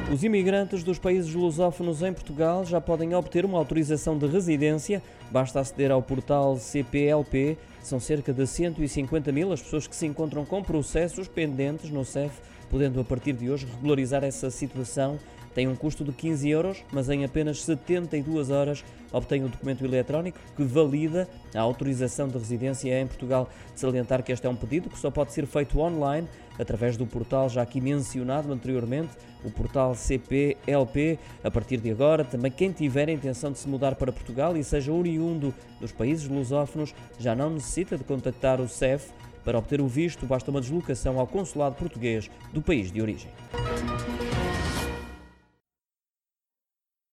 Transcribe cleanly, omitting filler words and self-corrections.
Os imigrantes dos países lusófonos em Portugal já podem obter uma autorização de residência. Basta aceder ao portal CPLP. São cerca de 150 mil as pessoas que se encontram com processos pendentes no CEF, podendo a partir de hoje regularizar essa situação. Tem um custo de 15 euros, mas em apenas 72 horas obtém o documento eletrónico que valida a autorização de residência em Portugal. De salientar que este é um pedido que só pode ser feito online, através do portal já aqui mencionado anteriormente, o portal CPLP. A partir de agora, também quem tiver a intenção de se mudar para Portugal e seja oriundo dos países lusófonos já não necessita de contactar o CEF. Para obter o visto, basta uma deslocação ao consulado português do país de origem.